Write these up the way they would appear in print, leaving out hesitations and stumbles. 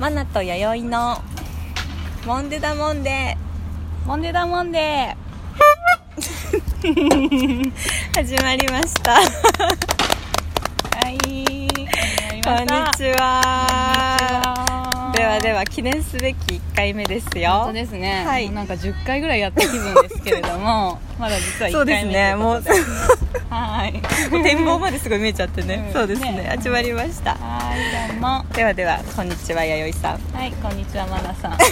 マナと弥生のモンデダモンデモンデだモンデ始まりましたはいこんにちは。では記念すべき1回目ですよ。 本当ですね、 はい、 もうなんか10回ぐらいやった気分ですけれどもまだ実は1回目ということで、 そうですね、 はい展望まですごい見えちゃってね、そうですね、始まりました。 はいどうも。 ではこんにちは弥生さん。 はいこんにちはマナさん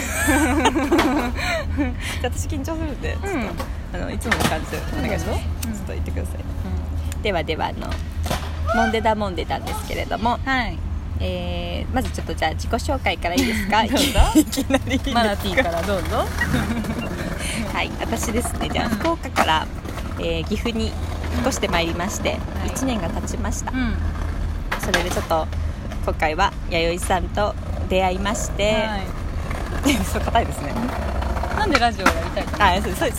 私緊張するんで、ちょっといつもの感じでお願いします。ちょっと言ってくださいね。ではモンデダモンデなんですけれども、 はい、 まずちょっとじゃあ自己紹介からいいですか。 どうぞいきなりいいですか。 マナティーからどうぞはい、私ですね。じゃあ福岡から、岐阜に引っ越してまいりまして、1年が経ちました、それでちょっと今回は弥生さんと出会いまして、そう硬いですね。 なんでラジオやりたいか。 そう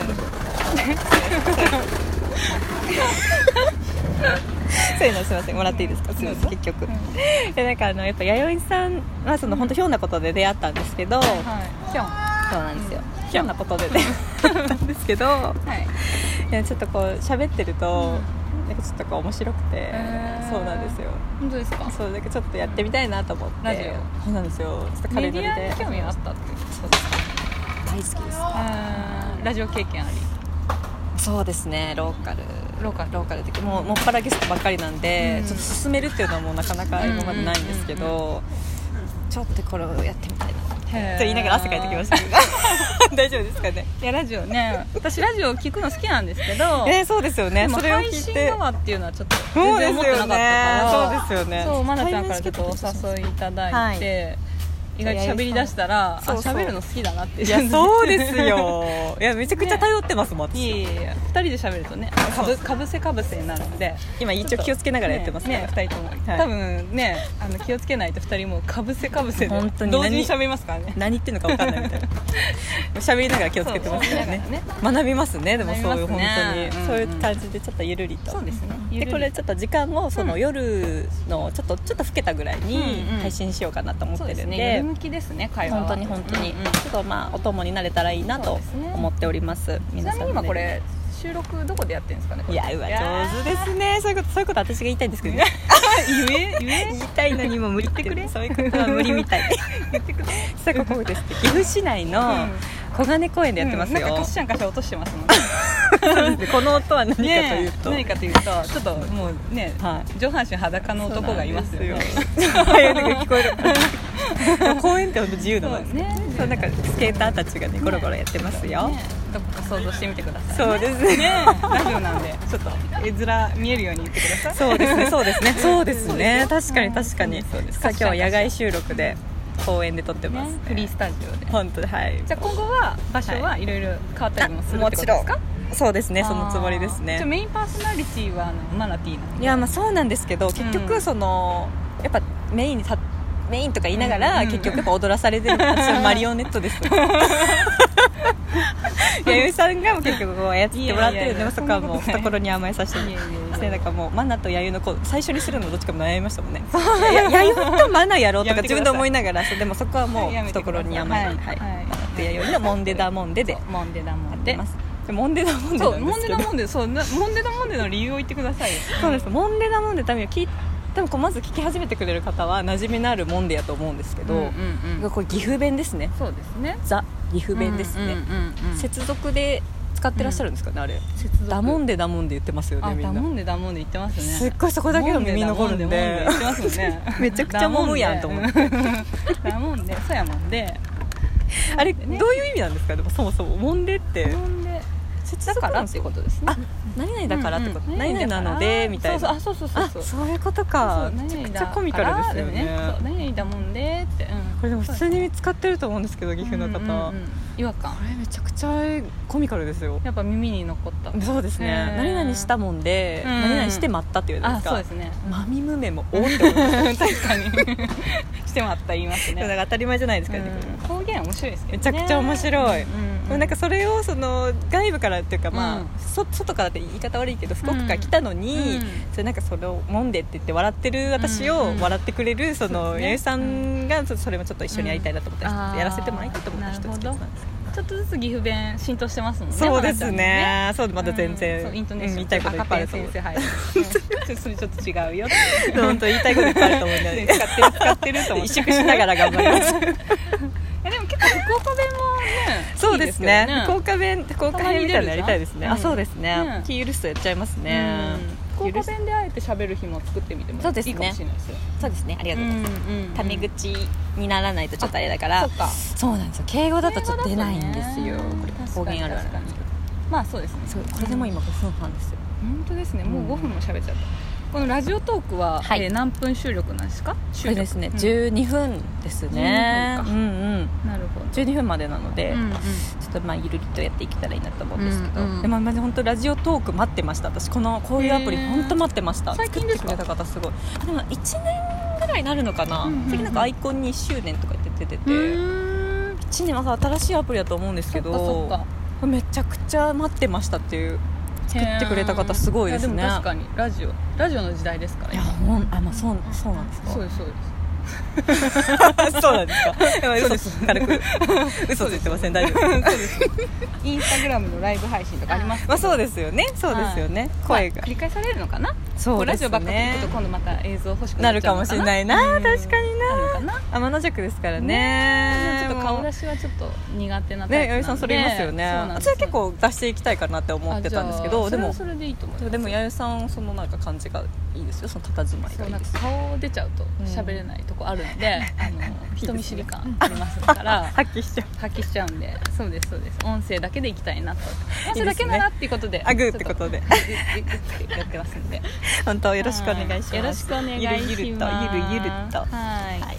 そういうのすみません、もらっていいですか。すみません、結局、なんかやっぱ弥生さんは本当ひょんなことで出会ったんですけど、 ひょんそうなんですよ、ひょんなことで出会ったんですけど、いやちょっとこう喋ってると、なんかちょっとこう面白くて、そうなんですよ。 本当ですか。 そうだけどちょっとやってみたいなと思って。 ラジオ。 そうなんですよ。ちょっと軽いノリでメディアに興味あったって。 そうです。大好きです。 ラジオ経験あり。 そうですね、ローカル的もっぱらゲストばっかりなんで、ちょっと進めるっていうのはもうなかなか今までないんですけど、ちょっとこれをやってみたいなと言いながら汗かいてきましたけど大丈夫ですかね。 いやラジオね、私ラジオ聞くの好きなんですけど、 そうですよね。 それを聞いて配信側っていうのはちょっと全然思ってなかったから、 そうですよね。 そうマナちゃんからちょっとお誘いいただいて、意外と喋り出したら喋るの好きだなって。 いやそうですよ。いやめちゃくちゃ頼ってますもん。私いや2人で喋るとねかぶせになるんで、 今一応気をつけながらやってますね、 2人とも、多分ね気をつけないと2人もかぶせで本当に同時に喋りますからね。 何言ってんのか分かんないみたいな喋りながら気をつけてますからね。学びますね。でもそういう本当にそういう感じでちょっとゆるりと。 そうですね。 でこれちょっと時間を夜のちょっと老けたぐらいに配信しようかなと思ってるんで、 夜向きですね、会話は。 本当に、ちょっとお供になれたらいいなと思っております。 ちなみに今これ収録どこでやってるんですかね。 いや上手ですね。そういうこと私が言いたいんですけどね言いたいのにも無理ってくれ。そういうことは無理みたい言ってくれ。 さあここですって岐阜市内の小金公園でやってますよ。 なんかカシャンカシャン落としてますもんねこの音は何かというと、 何かというとちょっともうね、上半身裸の男がいますよ。 聞こえる公園って本当自由なのですね。そうなんかスケーターたちがねゴロゴロやってますよ。 どこか想像してみてください。 そうですね。 ラジオなんでちょっと絵面見えるように言ってください。 そうですね。確かに。さあ今日は野外収録で公園で撮ってます。 フリースタジオで。 本当で、はい。 じゃあ今後は場所はいろいろ変わったりもするってことですか。 そうですね、そのつもりですね。 メインパーソナリティはマナティーなんで。 いやそうなんですけど、結局やっぱメインとか言いながら、結局やっぱ踊らされてる私はマリオネットです弥生さんが結局こう操ってもらってるんで、そこはもう懐に甘えさせてもらって、なんかもうマナと弥生の最初にするのどっちかも悩みましたもんね。弥生とマナやろうとか自分で思いながら、でもそこはもう懐に甘えて、マナと弥生のモンデダモンデでやってます。モンデダモンデなんですけど、モンデダモンデの理由を言ってくださいよ。そうです。モンデダモンデ多分まず聞き始めてくれる方は馴染みのあるモンデやと思うんですけど、これ岐阜弁ですね。 そうですね。 ザ岐阜弁ですね。接続で使ってらっしゃるんですかね、あれ。ダモンデ言ってますよね、みんな。 ダモンデ言ってますね。 すっごいそこだけが耳残るんで言ってますよね。 めちゃくちゃ揉むやんと思って。 ダモンデ、そうやもんで。 あれどういう意味なんですか。でもそもそもモンデってだからってことですね。 何々だからってこと、何々なのでみたいな。そういうことか。めちゃくちゃコミカルですよね。 何々だもんでって。 これでも普通に使ってると思うんですけど、岐阜の方違和感。 これめちゃくちゃコミカルですよ。 やっぱ耳に残った。 そうですね。何々したもんで何々して待ったっていうじゃないですか。 そうですね。 マミムメもおって思います。 確かにして待った言いますね。 だから当たり前じゃないですかね。 方言面白いですね。 めちゃくちゃ面白い。 なんかそれをその外部からっていうか、外からって言い方悪いけど福岡から来たのに、それなんかそれを飲んでって言って笑ってる私を笑ってくれるその弥生さんがそれもちょっと一緒にやりたいなと思った人、やらせてもらいたいと思った人つけてたんですよ。 ちょっとずつ岐阜弁浸透してますもんね。 そうですね。そうまだ全然、 イントネーション言いたいこといっぱいあると思う。 それちょっと違うよって本当言いたいこといっぱいあると思うんで使ってると思って萎縮しながら頑張りますでも結構福岡弁もねそうですね。福岡弁みたいなのやりたいですね。そうですね。気許すとやっちゃいますね。 福岡弁であえて喋る日も作ってみてもいいかもしれないですよ。 そうですね。ありがとうございます。タメ口にならないとちょっとあれだから。そうなんですよ。敬語だとちょっと出ないんですよ。これ方言あるある。 まあそうですね。 これでも今5分半ですよ。 本当ですね。もう5分も喋っちゃった。このラジオトークは何分収録なんですか？ これですね、12分ですね。 なるほど。 12分までなので、ちょっとゆるりとやっていけたらいいなと思うんですけど、でもまず本当ラジオトーク待ってました。私こういうアプリ本当待ってました。 最近ですか？ 作ってくれた方すごい。でも1年ぐらいになるのかな。次なんかアイコンに1周年とか言って出てて、1年は新しいアプリだと思うんですけど、めちゃくちゃ待ってましたっていう。作ってくれた方すごいですね。 でも確かにラジオの時代ですから。 いやそうなんですか。 そうですそうなんですか。嘘です。軽く嘘ついてません。大丈夫です。 インスタグラムのライブ配信とかありますか？ そうですよね。そうですよね。声が繰り返されるのかな。 そうですね。 ラジオばっかり聞くと今度また映像欲しくなるかもしれないな。確かにな。 天の弱ですからね。 ちょっと顔出しはちょっと苦手なタイプなんで。 弥生さんそれ言いますよね。私は結構出していきたいかなって思ってたんですけど、 でもそれでいいと思います。 でも弥生さんそのなんか感じがいいですよ。その佇まいがいいです。 顔出ちゃうと喋れないとこあるんで、人見知り感ありますから発揮しちゃうんで、そうです音声だけでいきたいなと、音声だけならっていうことでグーってことでやってますんで、 本当よろしくお願いします。 よろしくお願いします。 ゆるゆるとはい。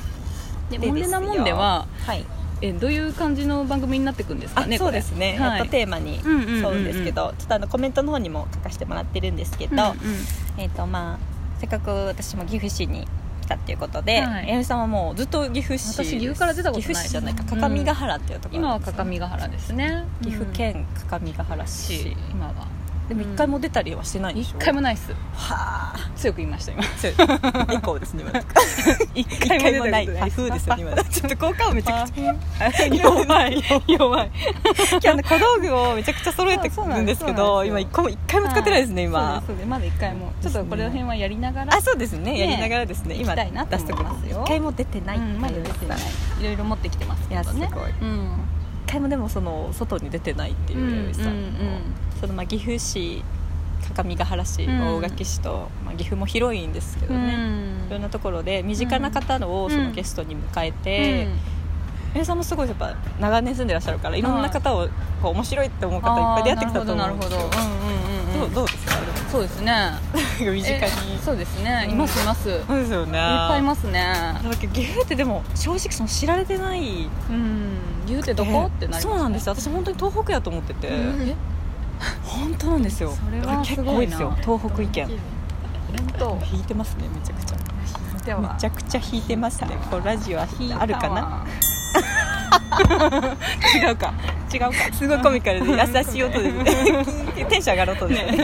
でモンデナモンデはどういう感じの番組になっていくんですかね。 そうですね、テーマにそうですけど、ちょっとコメントの方にも書かせてもらってるんですけど、せっかく私も岐阜市に来たっていうことで、弥生さんはもうずっと岐阜市。 私岐阜から出たことない。 岐阜市じゃないか、各務原っていうところ、 今は各務原ですね。 岐阜県各務原市、 今は。 でも一回も出たりはしてないでしょ。 一回もないっす。 はあ、 強く言いました今。 エコーですね今。 一回もない破風ですよ今。ちょっと効果をめちゃくちゃ弱い。 今日小道具をめちゃくちゃ揃えてくるんですけど、今一回も使ってないですね今。 そうです。まだ一回もちょっとこれら辺はやりながら。 そうですね、やりながらですね。今出しておきますよ。一回も出てない。 まだ出てない。いろいろ持ってきてますけどね。 すごい。一回もでもその外に出てないっていうさ、その岐阜市、各務原市、大垣市と、岐阜も広いんですけどね、いろんなところで身近な方をそのゲストに迎えて、皆さんもすごいやっぱ長年住んでらっしゃるから、いろんな方を面白いって思う方いっぱい出会ってきたと思うんですよ。どうですか。 そうですね、 身近に。 そうですね、います。 そうですよね、いっぱいいますね。 岐阜ってでも正直その知られてない、 岐阜ってどこってなりますね。 そうなんですよ、私本当に東北やと思ってて。本当なんですよ。 それは結構多いですよ、東北意見。引いてますね、めちゃくちゃ。めちゃくちゃ引いてますね。こうラジオはあるかな。違うかすごいコミカルで優しい音でテンション上がる音ですね。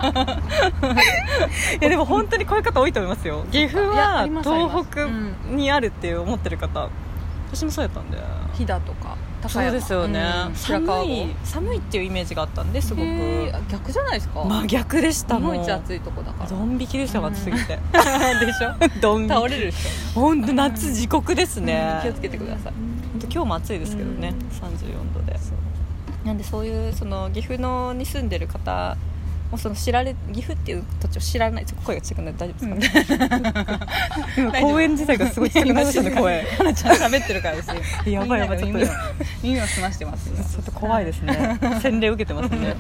いやでも本当にこういう方多いと思いますよ。岐阜は東北にあるって思ってる方、私もそうやったんで。 飛騨とかそうですよね、寒いっていうイメージがあったんで、すごく逆じゃないですか。 逆でした。 日本一暑いとこだから。 ドン引きですよ、暑すぎて。でしょ。倒れるでしょ。 本当夏地獄ですね。 気をつけてください。 今日も暑いですけどね、34度で。なんでそういうその岐阜に住んでる方もその岐阜っていう土地を知らない。声が近くなって大丈夫ですか。今公園自体がすごい近くなっちゃった声。 花ちゃん喋ってるからですよ。 やばいちょっと耳を澄ましてます。 ちょっと怖いですね。洗礼受けてますね。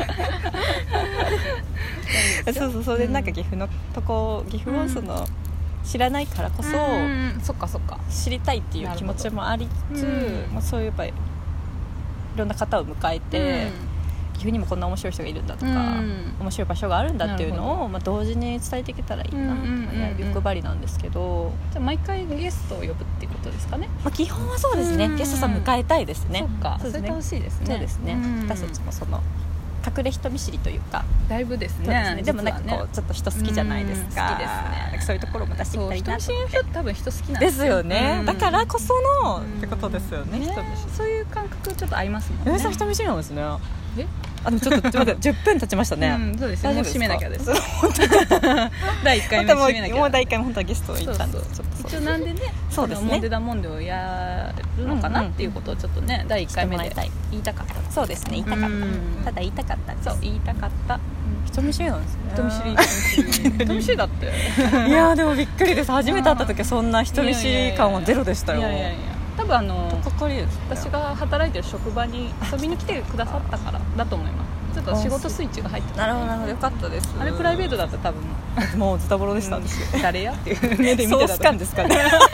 そうそれでなんか岐阜をその知らないからこそ、 そっか知りたいっていう気持ちもありつつ、そういうやっぱりいろんな方を迎えて、 岐阜にもこんな面白い人がいるんだとか、面白い場所があるんだっていうのを、同時に伝えていけたらいいな、欲張りなんですけど、 じゃあ毎回ゲストを呼ぶっていうことですかね。 基本はそうですね、ゲストさん迎えたいですね。 そっか、それ楽しいですね。 そうですね、私たちもその隠れ人見知りというか、 だいぶですね。 でもなんかこうちょっと人好きじゃないですか。 好きですね。 そういうところも出していきたいなと。 人見知りの人多分人好きなんですよね。だからこそのってことですよね。 そういう感覚ちょっと合いますもんね。 嫁さん人見知りなんですね。でもちょっと待って10分経ちましたね。 そうですね。もう締めなきゃです。第1回目締めなきゃ。 もう第1回目本当はゲストを行ったんで、 一応なんでね、 そうですね、 モンデダモンデをやるのかなっていうことをちょっとね、第1回目で言いたかった。 そうですね、言いたかった。ただ言いたかったんです。 そう、言いたかった。 人見知りなんですね。 人見知りだっていやでもびっくりです。初めて会った時はそんな人見知り感はゼロでしたよ。 多分私が働いてる職場に遊びに来てくださったからだと思います。ちょっと仕事スイッチが入ってた。 なるほどなるほど、よかったです。 あれプライベートだったら多分もうズタボロでしたんですよ。 誰やっていう目で見てた。 ソース感ですかね。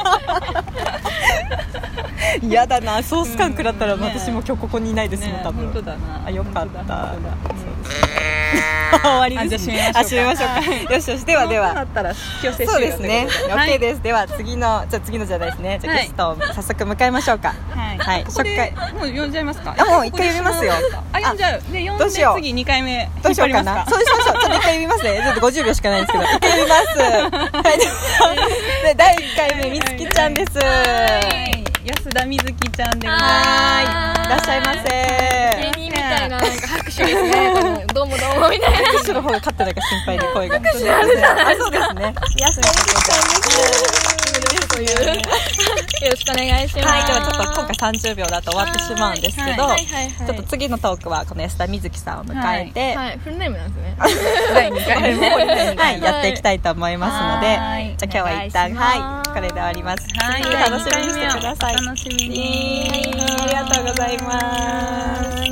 嫌だな、ソース感食らったら私も今日ここにいないですもん多分。 本当だな。 よかった。終わりですね。締めましょうか。よしよし、ではでは。そうですね。OK です。では次のじゃないですね。じゃあゲストを早速迎えましょうか。 はい。初回もう呼んじゃいますか。 もう1回呼びますよ。 呼んじゃう。で呼んで次2回目どうしようかな。そうしましょう。ちょっと1回呼びますね。ちょっと50秒しかないんですけど1回呼びます。はい。で第1回目みつきちゃんです。 安田みずきちゃんでございます。 いらっしゃいませ。 芸人みたいななんか拍手ですね。どうもどうもみたいな。 拍手の方が勝ってないか心配で声が。 拍手あるじゃないですか。 そうですね。安田みずきちゃんです。 よろしくお願いします。 はい、ではちょっと今回30秒だと終わってしまうんですけど、ちょっと次のトークはこの安田みずきさんを迎えて、 フルネームなんですね。 第2回目はいやっていきたいと思いますので、じゃあ今日は一旦これで終わります。次楽しみにしてください。 楽しみに。 ありがとうございます。